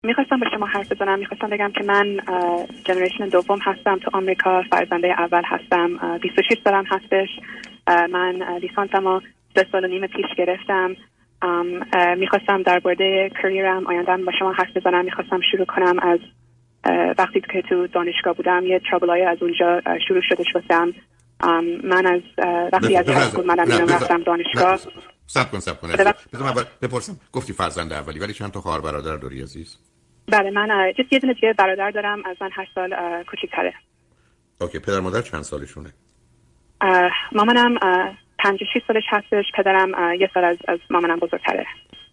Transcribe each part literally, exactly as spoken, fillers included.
میخواستم با شما حرف بزنم. میخواستم بگم که من جنریشن دوم هستم تو آمریکا، فرزنده اول هستم. بیست و شش سالم هستش. من لیسانسمو سه سال و نیم پیش گرفتم. میخواستم در مورد کریرم آیندم با شما حرف بزنم. میخواستم شروع کنم از وقتی که تو دانشگاه بودم. یه ترابلای از اونجا شروع شدش واسم. من از وقتی از هایسکول منم میرم رفتم دانشگاه. صبر کن صبر کن بذار من بپرسم. گفتی فرزند اولی، ولی چند تا خواهر برادر داری عزیز؟ بله من یه دونه دیگه برادر دارم از من هشت سال کوچیک‌تره. اوکی. پدر مادر چند سالشونه؟ مامانم پنجاه و شش سالش هستش. پدرم یه سال از از مامانم بزرگتره.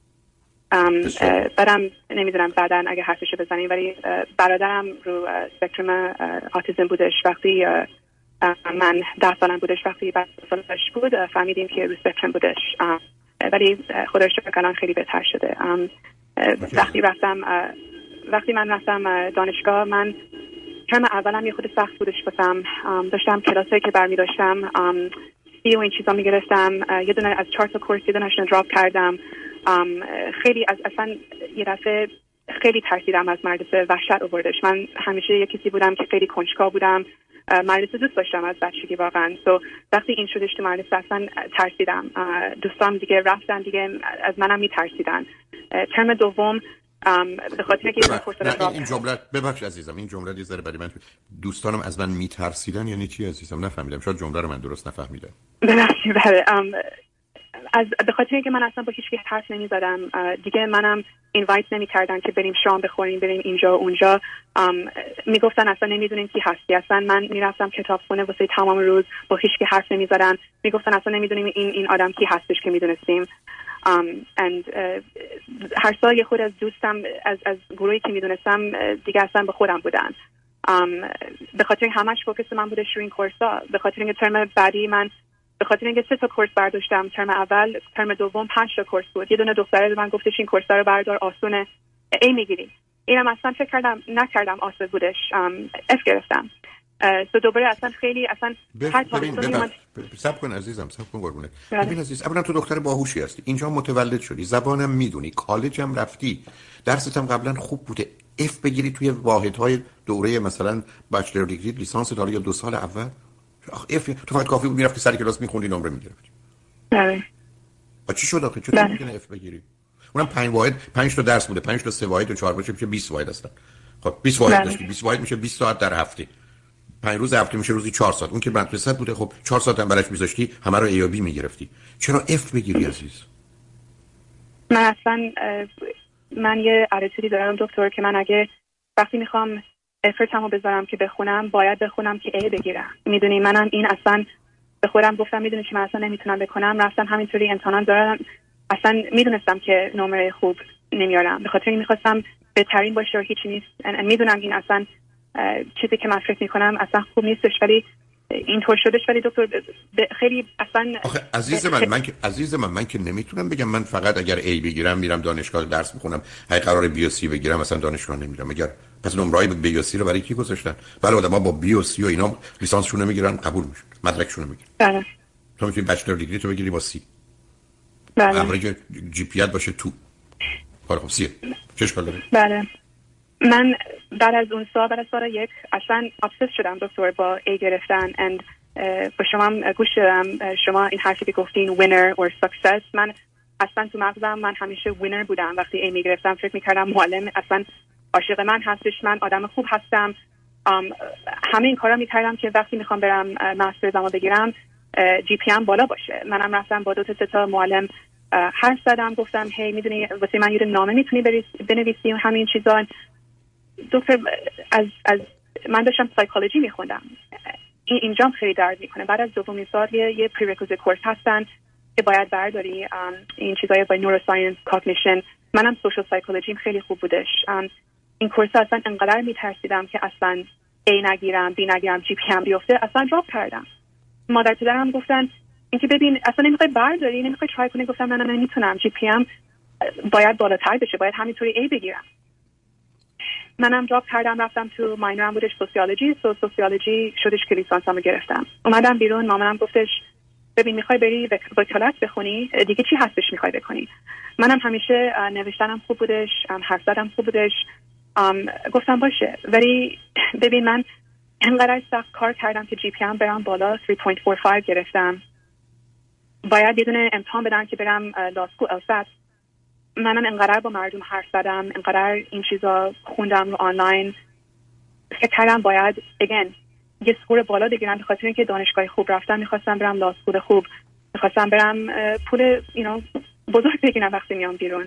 بعدم نمیدونم بعدن اگه حرفشو بزنیم، ولی برادرم رو اسپکتروم آتیسم بودش. وقتی من ده سالم بودش، وقتی بعد سالش بود فهمیدیم که رو اسپکتروم بودش، ولی خدا رو شکر الان خیلی بهتر شده. وقتی رفتم وقتی من رفتم دانشگاه، من ترم اولم یه خود سخت بودش واسم. داشتم کلاسایی که برمی داشتم سی و این چیزا می گرفتم. یه دونه از چهار تا کورس یه دونهشون دراپ کردم. خیلی از اصلا یه دفعه خیلی ترسیدم از مدرسه. وحشت آوردش. من همیشه یه کسی بودم که خیلی کنجکاو بودم. مدرسه دوست داشتم از بچگی واقعا. سو وقتی این شدش تو مدرسه اصلا ترسیدم. دوستام دیگه رفتن دیگه از منم میترسیدن. ترم دوم به خاطر که این, این جمله ببخش عزیزم، این جمله یه ذره برای من دوستانم از من میترسیدن یعنی چی عزیزم؟ نفهمیدم. شاید جمله رو من درست نفهمیدم. ببخشید. بله از به خاطر اینکه من اصلا با هیچ کی حرف نمیزدم دیگه. منم اینوایت نمیکردن که بریم شام بخوریم، بریم اینجا و اونجا. میگفتن اصلا نمیدونین کی هستی. اصلا من میرفتم کتابخونه واسه تمام روز، با هیچ کی حرف نمیزدن. میگفتن اصلا نمیدونیم این این آدم کی هستش که میدونستیم. um, and uh, هر سال یه خود از دوستم از از گروهی که میدونستم دیگه اصلا به خودم بودن. um, به خاطر همش فوکس من بوده روی این کورسا. به خاطر اینکه ترم بعدی من به خاطر اینکه سه تا کورس برداشتم. ترم اول، ترم دوم پنج تا کورس بود. یه دونه دختره به من گفتش این کورسا رو بردار، آسونه، ای میگیری. اینم اصلا فکر کردم نکردم، آسون بودش. اف گرفتم. سو دوباره اصلا خیلی اصلا هر تاپیکی من صبر کن عزیزم، صبر کن قربونت. ببین عزیز، اولا تو دختر باهوشی هستی، اینجا متولد شدی، زبانم میدونی، کالج هم رفتی، درست هم قبلا خوب بوده. اف بگیری توی واحدهای دوره مثلا بچلر دیگری، لیسانس داری یا دو سال اول. آخ اف تو فقط کافی بود میرفتی سر کلاس میخوندی، نمره میگرفتی. بله. آ چی شد آخه؟ چطور میتونه اف بگیری؟ اونم پنج واحد، پنج تا درس بوده، پنج تا سه واحد و چهار باشه میشه بیست واحد هستن. خب بیست واحد داشتی، بیست واحد میشه بیست ساعت در هفته. پنج روز هفته میشه روزی چهار ساعت. اون که مدرسه بوده، خب چهار ساعت هم براش میذاشتی، همه رو ای و بی میگرفتی. چرا اف بگیری عزیز؟ من اصلا من یه اتیتودی دارم دکتر که من اگه وقتی میخوام افرتمو بذارم که بخونم، باید بخونم که ای بگیرم. میدونی منم این اصلا به خودم گفتم میدونی که من اصلا نمیتونم بکنم. رفتم همینطوری امتحان دادم. اصلا میدونستم که نمره خوب نمیارم. به خاطر این میخواستم بهترین باشه و هیچی نیست. میدونم این اصلا چیزی که من فکر میکنم اصلا خوب نیستش، ولی اینطور شدش. ولی دکتر خیلی اصلا آخه عزیز من من که عزیز من من که نمیتونم بگم من فقط اگر ای بگیرم میرم دانشگاه درس میخونم. هی قرار بی و سی بگیرم مثلا دانشگاه نمیرم. اگر پس نمره‌های بی و سی رو برای کی گذاشتن؟ بله آدم‌ها با بی و سی و اینا لیسانسشون نمیگیرن، قبول میشن، مدرکشون رو میگیرن. بله. تو میتونی بچلر دیگری تو بگیری با سی. بله. اوریج جی پی ات باشه تو. خب سی. چه اشکال داره؟ بله. من بعد از اون سال، بعد از سال یک اصلا ابسس شدم دکتر با ای گرفتن. and با شما هم گوش دادم، شما این حرفی که گفتین winner or success، من اصلا تو مغزم من همیشه winner بودم. وقتی ای میگرفتم فکر میکردم معلم اصلا عاشق من هستش، من آدم خوب هستم. همه این کارا میکردم که وقتی میخوام برم مستر زمان بگیرم جی پی ام بالا باشه. منم رفتم با دو تا سه تا معلم حرف زدم، گفتم هی میدونی واسه من یه نامه میتونی بنویسی و همین چیزا. دکتر از از من داشتم سایکولوژی میخوندم. این اینجا خیلی درد میکنه. بعد از دومین سال یه یه پریکوزیت کورس هستن که باید برداری، این چیزای با نوروساینس، کاگنیشن. منم سوشال سایکولوژی خیلی خوب بودش. این کورس اصلا انقدر میترسیدم که اصلا ای نگیرم، بی نگیرم، جی پی ام بیفته، اصلا دراپ کردم. مادر پدرم گفتن اینکه ببین اصلا نمیخوای برداری، نمیخوای ترای کنی. گفتم نه نه نمیتونم، جی پی ام باید بالاتر بشه، باید همینطوری ای بگیرم. منم دراپ کردم، رفتم تو ماینرم بودش سوسیولوژی. سو سوسیولوژی شدش که لیسانسمو گرفتم. اومدم بیرون، مامانم گفتش ببین میخوای بری وکالت بخونی دیگه چی هستش میخوای بکنی. منم همیشه نوشتنم خوب بودش، حرف زدم خوب بودش، گفتم باشه. ولی ببین من اینقدر سخت کار کردم که جی پی ام برم بالا، سه و چهار پنج گرفتم. باید یه دونه امتحان بدم که برم لاسکول السات. منم اینقدر با مردم حرف زدم، اینقدر این چیزا خوندم رو آنلاین، فکر کردم باید again یه سکور بالا بگیرم. به خاطر اینکه دانشگاه خوب رفتم میخواستم برم لاسکول خوب، میخواستم برم پول you know بزرگ بگیرم وقتی میام بیرون.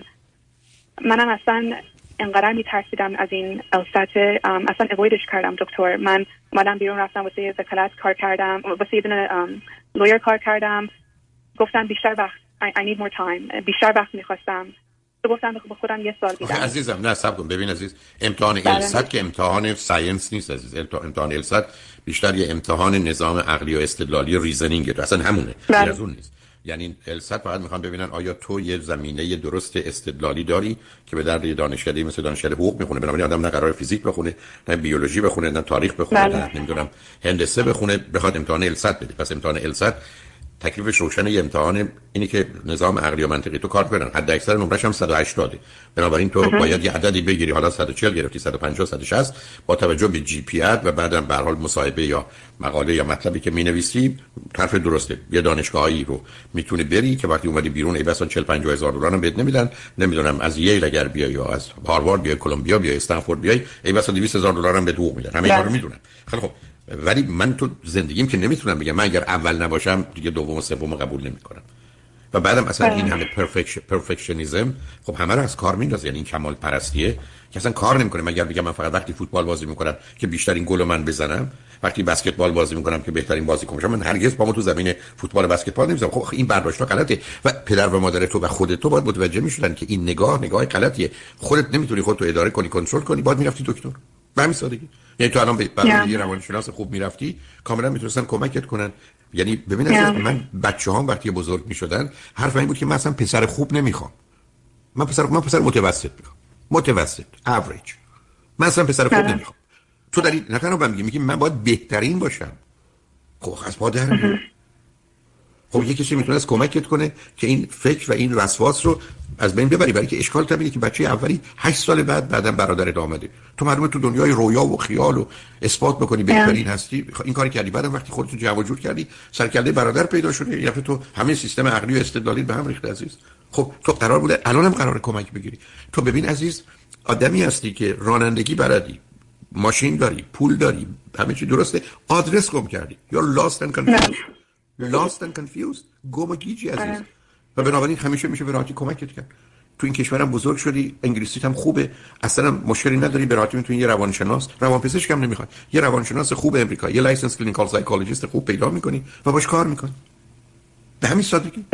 منم اصلا اینقدر میترسیدم از این السات، اصلا اوایدش کردم دکتر. من اومدم بیرون، رفتم واسه یه وکالت کار کردم، واسه یه دونه لویر کار کردم. گفتم بیشتر وقت I, I need more time، بیشتر وقت میخواستم. تو گفتم به خودم یه سال دیدم. عزیزم نه صبر کن. ببین عزیز، امتحان السات که امتحان ساینس نیست عزیز. امتحان السات بیشتر یه امتحان نظام عقلی و استدلالی و ریزنینگ، اصلا همونه، غیر از اون نیست. یعنی السات فقط میخوان ببینن آیا تو یه زمینه درست استدلالی داری که به درد دانشگاهی مثل دانشگاه حقوق میخونه. بنابراین آدم نه قرار فیزیک بخونه، نه بیولوژی بخونه، نه تاریخ بخونه، نه نمیدونم هندسه بخونه، بخواد امتحان السات بده. پس امتحان السات تکلیفش روشنه. یه امتحان اینی که نظام عقلی و منطقی تو کار کنن، حد اکثر نمرش هم صد و هشتاد. بنابراین تو باید یه عددی بگیری، حالا صد و چهل گرفتی، صد و پنجاه، صد و شصت، با توجه به جی پی ات و بعدم به هر حال مصاحبه یا مقاله یا مطلبی که مینویسی طرف درسته. یه دانشگاهی رو میتونه بری که وقتی اومدی بیرون ای بسان چهل پنجاه هزار دلار هم بهت نمیدن. نمیدونم از ییل اگر بیای یا از هاروارد بیای، کلمبیا بیای، استنفورد بیای، ای بسان دویست هزار دلار هم بهت حقوق میدن. همه اینا رو میدونن. خیلی خب، ولی من تو زندگیم که نمیتونم بگم من اگر اول نباشم دیگه دوم و سوم قبول نمیکنم. و بعدم اصلا این همه پرفکش پرفکشنیسم خب همه رو از کار میندازه. یعنی این کمال پرستیه که اصلا کار نمیکنه. مگر بگم من فقط وقتی فوتبال بازی میکنم که بیشترین گل من بزنم، وقتی بسکتبال بازی میکنم که بهترین بازیکن باشم. من هرگز پامو تو زمین فوتبال و بسکتبال نمیذارم. خب این برداشت‌ها غلطه و پدر و مادر تو و خودت تو باید متوجه میشدن که این نگاه نگاه غلطیه. خودت نمیتونی خودت رو اداره کنی، کنترل کنی، باید میرفتی دکتر. به همین سادگی. یعنی تو الان برای یه روانشناس خوب میرفتی، کاملا میتونستن کمکت کنن. یعنی ببین عزیز، من بچه‌هام وقتی بزرگ میشدن حرف این بود که من اصلا پسر خوب نمیخوام. من پسر من پسر متوسط میخوام. متوسط، اوریج. من اصلا پسر خوب نمیخوام. تو داری نه تنها میگی میگی من باید بهترین باشم. خب از مادر میاد. خب یه کسی میتونه از کمکت کنه که این فکر و این وسواس رو از بین ببری. برای که اشکال طبیعیه که بچه اولی هشت سال بعد بعدم برادرت آمده، تو معلومه تو دنیای رویا و خیال و اثبات بکنی بهترین هستی، این کاری کردی، بعدم وقتی خودت جمع جور کردی سرکله برادر پیدا شده، یه دفعه تو همه سیستم عقلی و استدلالی به هم ریخته عزیز. خب تو قرار بوده الانم قراره کمک بگیری. تو ببین عزیز، آدمی هستی که رانندگی بلدی، ماشین داری، پول داری، همه چی درسته، آدرس گم کردی. You're lost and confused. lost and confused. گم و گیجی عزیز. و بنابراین همیشه میشه به راحتی کمکت کرد. تو این کشورم بزرگ شدی، انگلیسیت هم خوبه، اصلا مشکلی نداری، به راحتی میتونی یه روانشناس، روانپزشک هم نمیخواد، یه روانشناس خوب امریکا، یه لایسنس کلینیکال سایکولوژیست خوب پیدا میکنی و باش کار میکنی. به همین سادگی.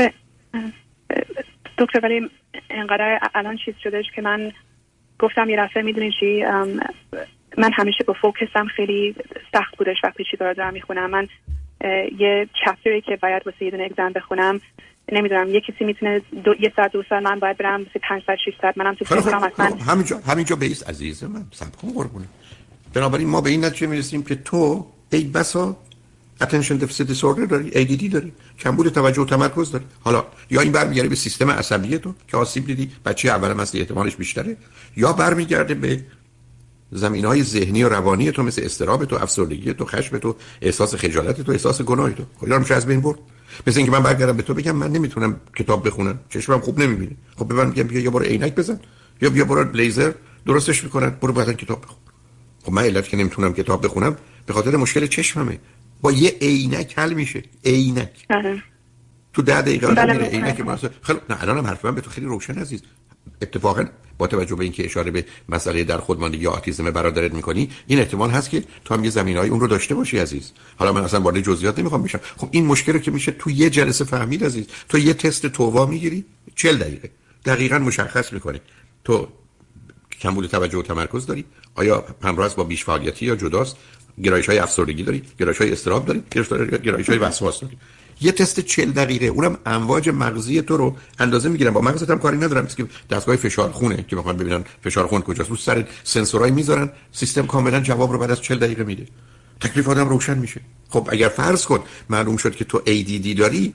دکتر ولی اینقدر الان چیز شدهش که من گفتم یه دفعه میدونی چی، من همیشه با فوکسم خیلی سخت بودش وقتی چی دارم دارم میخونم. من یه چپتری که باید واسه یه دونه اگزم بخونم، نمیدونم یه کسی میتونه دو، یه ساعت دو ساعت، من باید برم واسه پنج ساعت شش ساعت. منم تو فکرم اصلا همینجا همینجا بیس عزیز من صبر کن قربونه. بنابراین ما به این نتیجه میرسیم که تو ای بسا attention deficit disorder داری، ای دی دی داری، کمبود توجه و تمرکز داری. حالا یا این برمیگرده به سیستم عصبی تو که آسیب دیدی، بچه اولم هستی احتمالش بیشتره، یا برمیگرده به زمینهای ذهنی و روانی تو مثل اضطراب تو، افسردگی تو، خشم تو، احساس خجالت تو، احساس گناه تو. خب اینا میشه از بین برد. مثل اینکه من برگردم به تو بگم من نمیتونم کتاب بخونم، چشمم خوب نمیبینه. خب ببین میگم بیا یه بار عینک بزن یا بیا برو لیزر درستش میکنن، برو بعدن کتاب بخون. خب من علت که نمیتونم کتاب بخونم به خاطر مشکل چشممه. با یه عینک حل میشه. عینک تو ده دقیقه آدم میره عینک واسه. خیلی نه الانم حرف من به تو خیلی روشن عزیز. اتفاقا با توجه به اینکه اشاره به مسئله در خودماندگی یا آتیسم برادرت میکنی، این احتمال هست که تو هم یه زمینه‌ای اون رو داشته باشی عزیز. حالا من اصلا وارد جزئیات نمیخوام بشم. خب این مشکل رو که میشه تو یه جلسه فهمید عزیز. تو یه تست تووا میگیری چهل دقیقه دقیقاً مشخص میکنه تو کمبود توجه و تمرکز داری، آیا همراه است با بیش فعالیتی یا جداست، گرایش‌های افسردگی داری، گرایش‌های اضطراب داری، گرایش‌های وسواس داری. یه تست چهل دقیقه، اونم امواج مغزی تو رو اندازه میگیرن. با مغزت هم کاری ندارم، مثل که دستگاه فشار خونه که میخوان ببینن فشار خون کجاست، رو سر سنسورای میذارن، سیستم کاملا جواب رو بعد از چهل دقیقه میده. تکلیف آدم روشن میشه. خب اگر فرض کن معلوم شد که تو ای دی دی داری،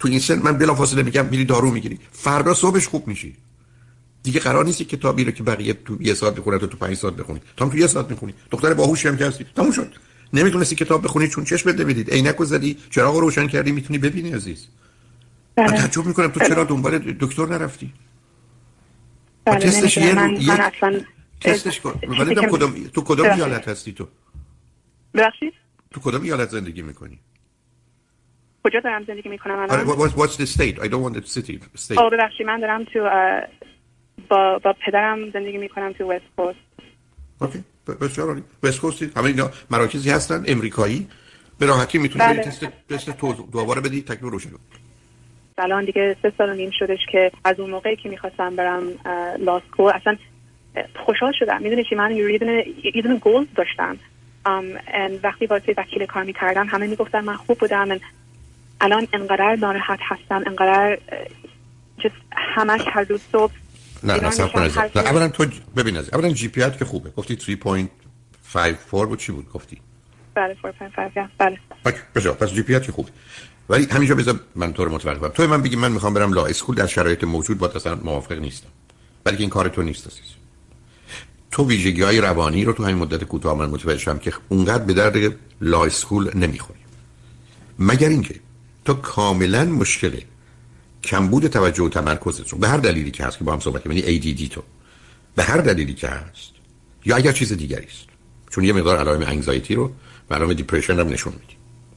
تو این سن من بلافاصله میگم میری دارو میگیری، فردا صبحش خوب میشی. دیگه قرار نیست کتابی رو که بقیه تو یه ساعت بخونن تو تو پنج ساعت بخونی، تو هم تو یه ساعت میخونی. دختر باهوشی هم که هستی، تموم شد. نمیتونستی کتاب بخونی چون چشمت نمیدید، عینکو زدی، چراغو روشن کردی، میتونی ببینی عزیز. من بله. تعجب میکنم تو چرا دنبال دکتر نرفتی؟ بله تستش یه من, یک من اصلا تستش کن. ولی تو کدوم تو کدوم ایالت هستی تو؟ ببخشید؟ تو کدوم ایالت زندگی میکنی؟ کجا دارم زندگی میکنم الان؟ آره what, what's the state? I don't want the city. State. آه ببخشید من دارم تو با با پدرم زندگی میکنم تو وست کوست. اوکی. بسیار عالی. وست کوست همه اینا مراکزی هستن امریکایی. به راحتی میتونی بله. بری تست تست تو دوباره بدی تکلیف روشن کن. الان دیگه سه سال و نیم شدش که از اون موقعی که میخواستم برم لاسکو اصلا خوشحال شدم. میدونی چی، من یه دونه یه دونه گول داشتم. ام وقتی واسه وکیل کار میکردم همه میگفتن من خوب بودم. من الان انقدر ناراحت هستم، انقدر just همش هر روز صبح نه نه صبر کن از اولا تو ببین از اولا جی پی ات که خوبه، گفتی سه و پنج چهار بود، چی بود گفتی؟ بله چهار و پنج بله. اوکی بسیار، پس جی پی ات که خوبه. ولی همینجا بذار من تو رو متوجه کنم. تو من بگی من میخوام برم لا اسکول، در شرایط موجود با اصلا موافق نیستم. ولی این کار تو نیست عزیز. تو ویژگی‌های روانی رو تو همین مدت کوتاه من متوجه شدم که اونقدر به درد لا اسکول نمیخوری. مگر اینکه تو کاملا مشکل کمبود توجه و تمرکزت رو به هر دلیلی که هست که با هم صحبت کنیم، یعنی ای دی دی تو به هر دلیلی که هست یا اگر چیز دیگری است، چون یه مقدار علائم انگزایتی رو و علائم دیپرشن رو نشون میدی.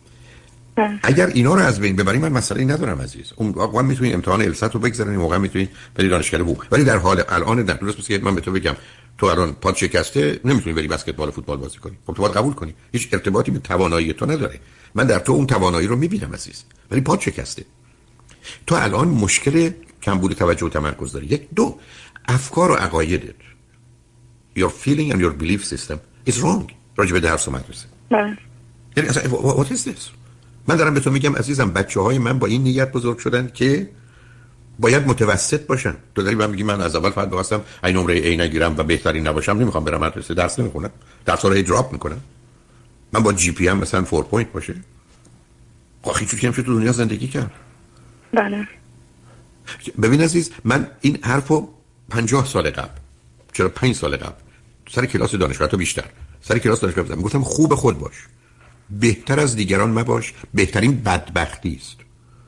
اگر اینا رو از بین ببریم من مسئله ندارم عزیز. اون واقعا میتونی امتحان السات رو بگذرونی، موقع میتونی بری دانشگاه حقوق. ولی در حال الان نه، درست مثل من به تو بگم تو الان پات شکسته نمیتونی بری بسکتبال فوتبال بازی کنی. خب تو باید قبول کنی هیچ ارتباطی به توانایی تو نداره. من در تو اون توانایی رو میبینم عزیز، ولی پات شکسته. تو الان مشکل کمبود توجه و تمرکز داری. یک دو افکار و عقایدت your feeling and your belief system is wrong راجع به درس و مدرسه. بله. یعنی اصلا what is this؟ من دارم به تو میگم عزیزم بچه‌های من با این نیت بزرگ شدن که باید متوسط باشن. تو داری من میگی من از اول فقط می‌خواستم این نمره ای نگیرم و بهترین نباشم، نمیخوام برم مدرسه، درس نمیخونم، درس‌ها رو دراپ میکنم. من با جی پی ام مثلا چهار پوینت باشه. آخه چی میشه تو دنیا زندگی کرد؟ بله. ببین عزیز من این حرفو پنجاه سال قبل، چرا پنج سال قبل سر کلاس دانشگاه تو بیشتر سر کلاس دانشگاه بودم، گفتم خوب خود باش، بهتر از دیگران مباش، بهترین بدبختی است.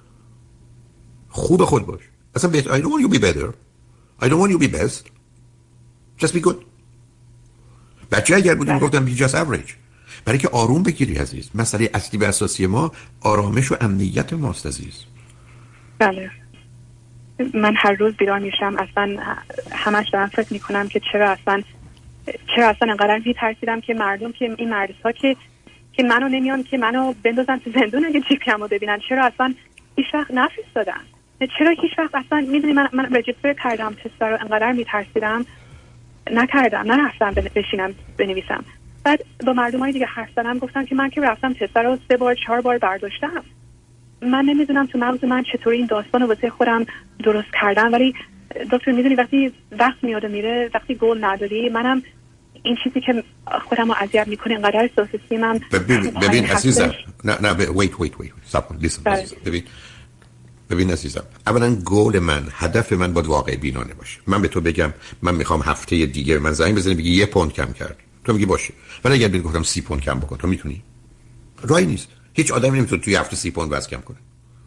خوب خود باش. اصلا بهتر I don't want you to be better. I don't want you to be best. Just be good. بچه اگر بودیم میگفتم be just average. برای که آروم بگیری عزیز. مسئله اصلی و اساسی ما آرامش و امنیت ماست عزیز. بله. من هر روز بیدار میشم اصلا همش دارم فکر میکنم که چرا اصلا چرا اصلا انقدر میترسیدم که مردم که این مردها که که منو نمیان که منو بندازن تو زندون اگه جی پی ام رو ببینن، چرا اصلا هیچ وقت نفرستادن؟ چرا هیچ وقت اصلا میدونی من من رجیستر کردم تست رو، انقدر میترسیدم نکردم، نرفتم بشینم بنویسم. بعد با مردمای دیگه حرف زدم گفتن که من که رفتم تست رو سه بار چهار بار برداشتم. من نمیدونم تو مغز من چطوری این داستان رو واسه خودم درست کردم. ولی دکتر میدونی وقتی وقت میاد و میره، وقتی گول نداری، منم این چیزی که خودم رو اذیت میکنه انقدر احساسی من ببین ببین عزیزم نه نه ویت ویت ویت صبر کن لیسن عزیزم. ببین ببین عزیزم اولا گول من هدف من باید واقع بینانه باشه. من به تو بگم من میخوام هفته دیگه من زنگ بزنی بگی یه پوند کم کرد، تو میگی باشه. ولی اگر بهت گفتم سی پوند کم بکن، تو میتونی؟ رای نیست. هیچ آدمی نمیتونه توی هفته سی پوند وزن کم کنه.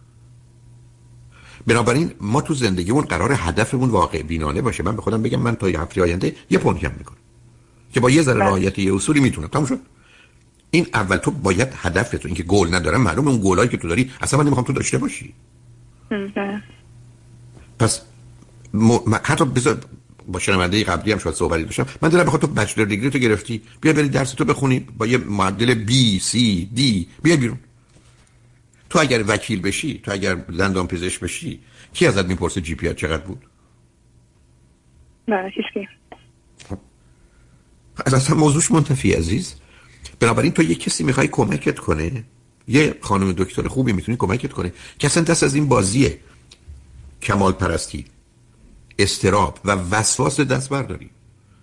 بنابراین ما تو زندگیمون قرار هدفمون واقع بینانه باشه. من به خودم بگم من تا یه هفته آینده یه پوند کم میکنم که با یه ذره رعایت یه اصولی میتونم. تموم شد. این اول تو باید هدف تو، اینکه گول ندارم معلومه اون گولایی که تو داری اصلا من نمیخوام تو داشته باشی. پس م... حتی بذار با شنونده قبلی هم شاید صحبتی داشتم، من دلم بخواد تو بچلر دیگری تو گرفتی بیا بری درس تو بخونی با یه معدل بی سی دی بیا بیرون. تو اگر وکیل بشی، تو اگر دندان پزشک بشی، کی ازت میپرسه جی پی ات چقدر بود؟ نه هیچکی. اصلا موضوعش منتفی عزیز. بنابراین تو یه کسی میخوای کمکت کنه، یه خانم دکتر خوبی میتونی کمکت کنه که اصلا دست از این بازیه کمال پرستی، استراب و وسواس دست برداری.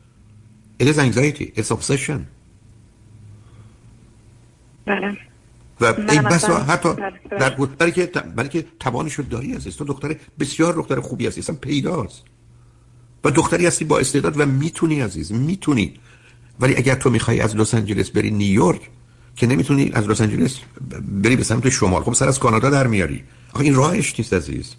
It is anxiety, it's obsession. بله. و ای بسا حتی در برای که برای که توانش رو داری عزیز. تو دختر بسیار دختر خوبی هستی، اصلا پیداست و دختری هستی با استعداد و میتونی عزیز، میتونی. ولی اگر تو میخوای از لس آنجلس بری نیویورک که نمیتونی از لس آنجلس بری به سمت شمال، خب سر از کانادا در میاری. آخه این راهش نیست عزیز.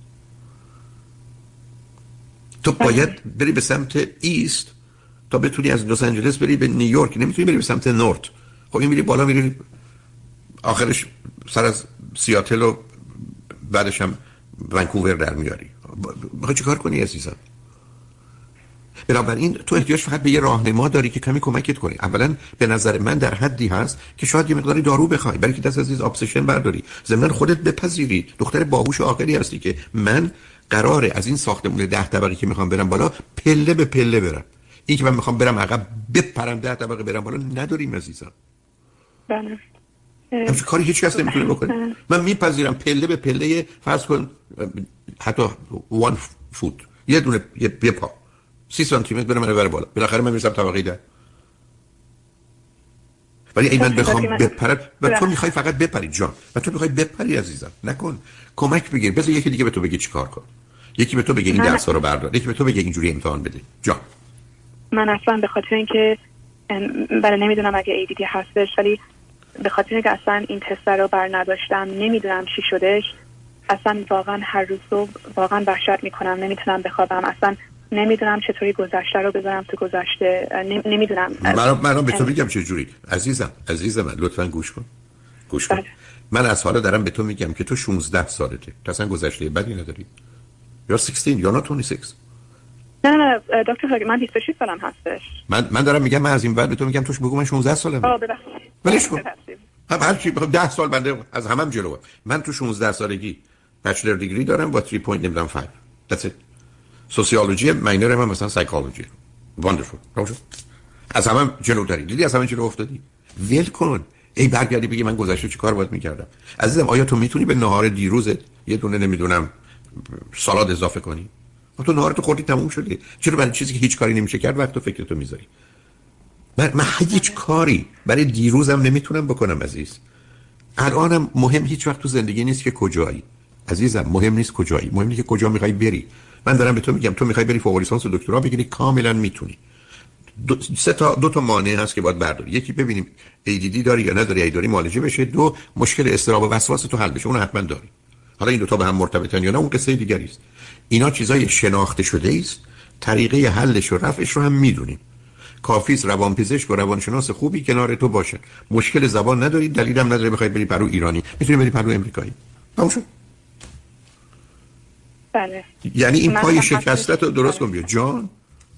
تو باید بری به سمت ایست تا بتونی از لس آنجلس بری به نیویورک، نمیتونی بری به سمت نورت. خب این میری بالا میری آخرش سر از سیاتل و بعدش هم ونکوور در میاری. بخوای چیکار کنی عزیزم؟ بنابراین تو احتیاج فقط به یه راهنما داری که کمی کمکت کنه. اولا به نظر من در حدی هست که شاید یه مقداری دارو بخوای، برای که دست از این ابسشن برداری. ضمن خودت بپذیری دختر باهوش و عاقلی هستی که من قراره از این ساختمون ده طبقه که میخوام برم بالا پله به پله برم. این که من میخوام برم عقب بپرم ده طبقه برم بالا نداریم عزیزم. بله. همچه کاری هیچ کس نمیتونه بکنه. من میپذیرم پله به پله، فرض کن حتی وان فوت، یه دونه یه پا سی سانتی متر برم بره بالا، بالاخره من میرسم طبقه ده. ولی ای من بخوام بپرم و تو میخوای فقط بپری جان، و تو میخوای بپری عزیزم، نکن. کمک بگیر، بذار یکی دیگه به تو بگه چیکار کن. یکی به تو بگه این درس‌ها رو بردار، یکی به تو بگه اینجوری امتحان بده. جان من اصلا به خاطر اینکه برای نمیدونم اگه ای دی دی هستش، ولی به خاطر اینکه اصلا این تست رو بر نداشتم نمیدونم چی شدش. اصلا واقعا هر روز صبح واقعا وحشت میکنم، نمیتونم بخوابم، اصلا نمیدونم چطوری گذشته رو بذارم تو گذشته. نمیدونم. من من به تو میگم چه جوری عزیزم. عزیزم من لطفاً گوش کن. گوش کن. بله. من از حالا دارم به تو میگم که تو شانزده سالته، اصلا گذشته بدی نداری. یا شانزده یا نه بیست و شش. نه نه دکتر خاکی من بیست و شش سالم هستش. من من دارم میگم من از این بعد به تو میگم توش بگو من شانزده سالمه. آه ببخشید. ولش کن. هر چی بخوام ده سال بنده از همم جلوه. من تو شانزده سالگی بچلر دیگری دارم با سه پوینت نمیدونم پنج. That's it. سوسیولوژی ماینر من مثلا سایکولوژی. واندرفول. از همم جلوتری. دیدی از همم جلو افتادی. ول کن. ای برگردی بگی من گذشته چیکار باید میکردم. عزیزم آیا تو میتونی به نهار دیروزت یه دونه نمیدونم سالاد اضافه کنی؟ تو نهارتو خوردی تموم شده. چرا برای چیزی که هیچ کاری نمیشه کرد وقت و فکرتو میذاری؟ من من هیچ کاری برای دیروزم نمیتونم بکنم عزیز. الانم مهم هیچ وقت تو زندگی نیست که کجایی. عزیزم مهم نیست کجایی، مهم اینه که کجا میخوای بری. من دارم به تو میگم تو میخوای بری فوق لیسانس و دکترا بگیری، کاملا میتونی. دو سه تا دو تا مانع هست که باید برداری. یکی ببینیم ای دی دی داری یا نداری، ای داری معالجه بشه. دو مشکل اضطراب و وسواس تو حل بشه، اون حتما داری. حالا این دو تا به هم مرتبطن یا نه اون قصه دیگری است. اینا چیزای شناخته شده است، طریقه حلش و رفعش رو هم میدونیم. کافیست روانپزشک و روانشناس خوبی کنار تو باشن. مشکل زبان نداری، دلیلم نداره بخوای بری پرو ایرانی، میتونی بری پرو امریکایی. تموم شد. بله. یعنی این پای شکستت رو درست کن بیا جان.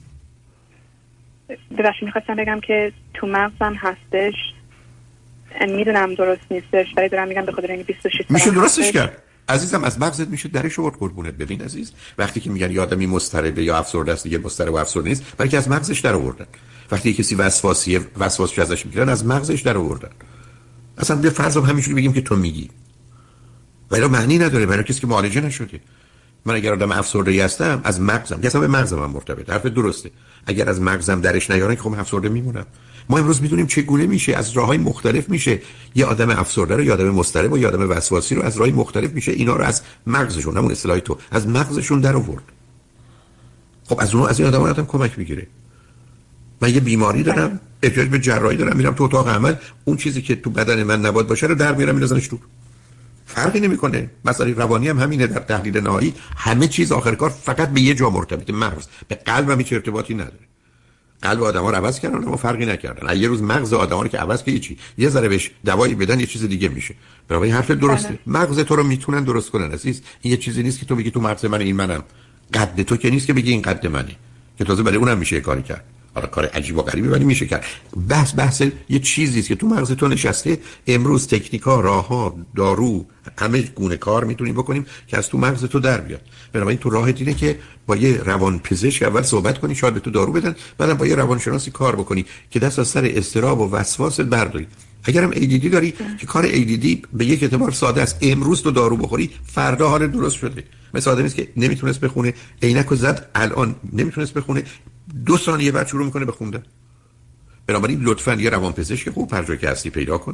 ببخشید میخواستم بگم که تو مغزم هستش، میدونم درست نیستش ولی دارم میگم به خاطر اینکه بیست و شش میشه درستش کرد عزیزم. از مغزت میشه درش آورد قربونت. ببین عزیز وقتی که میگن یه آدمی مضطربه یا افسرده است، دیگه مضطرب و افسرده نیست، بلکه از مغزش در آوردن. وقتی کسی وسواسیه وسواسش ازش میگیرن از مغزش در آوردن. اصلا به فرض همینجوری بگیم که تو میگی ولی معنی نداره برای کسی که معالجه نشده. من اگر آدم افسرده‌ای هستم از مغزم، که اصلا به مغزم هم مرتبط، حرف درسته. اگر از مغزم درش نیارن که خب افسرده میمونم. ما امروز میدونیم چگونه میشه، از راههای مختلف میشه یه آدم افسرده رو، یه آدم مضطرب و یه آدم وسواسی رو از راههای مختلف میشه اینا رو از مغزشون، همون اصطلاحی تو، از مغزشون در آورد. خب از اون از این آدم‌ها آدم کمک میگیره. من یه بیماری دارم، احتیاج به جراحی دارم، میرم تو اتاق عمل، اون چیزی که تو بدن من نباید باشه رو در میارم میذارمش تو. فرقی نمیکنه. مسئله روانی هم همینه. در تحلیل نهایی همه چیز آخر کار فقط به یه جا مرتبطه، مغز. به قلب هم هیچ ارتباطی نداره. قلب آدم‌ها رو عوض کردن اما فرقی نکردن. یه روز مغز آدم‌ها رو که عوض که چی، یه ذره بهش دوایی بدن یه چیز دیگه میشه. برای حرف درسته. بله. مغز تو رو میتونن درست کنن عزیز. این یه چیزی نیست که تو بگی تو مغز من این منم. قد تو که نیست که بگی این قد منه. که تازه برای اونم میشه کاری کرد. حالا کار عجیب و غریبی ولی میشه کرد. بحث بحث یه چیزی است که تو مغز تو نشسته. امروز تکنیک‌ها، راه‌ها، دارو، همه گونه کار میتونیم بکنیم که از تو مغز تو در بیاد. بنابراین تو راهت اینه که با یه روانپزشک اول صحبت کنی، شاید به تو دارو بدن، بعدم با یه روانشناسی کار بکنی که دست از سر اضطراب و وسواست برداری. اگرم ای دی دی داری که کار ای دی دی به یک اعتبار ساده است. امروز تو دارو بخوری فردا حال درست شده. مثل آدمی است که نمیتونست بخونه، عینکو زد الان نمیتونست بخونه، دو ثانیه بعد شروع میکنه به خوندن. بنابراین لطفاً یه روانپزشک خوب هر جایی که هستی پیدا کن.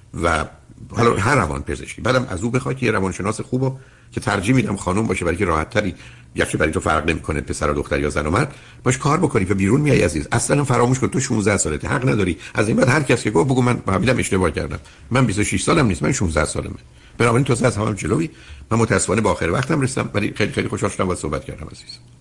و حالا هر روان پزشکی، بعدم از او بخوای که یه روانشناس خوبو که ترجیح میدم خانم باشه برای که راحت تری، یکی برای تو فرق نمیکنه پسر و دختر یا زن و مرد، باش کار بکنی و بیرون میای عزیز. اصلا فراموش کن تو شانزده سالته، حق نداری از این بعد هر کس که گفت بگو من فهمیدم اشتباه کردم. من بیست و شش سالم نیست، من شانزده سالمه. بنابراین تو از همم جلوی. من متاسفانه با آخر وقتم رسیدم، ولی خیلی خیلی خوشحال شدم با صحبت کردم عزیز.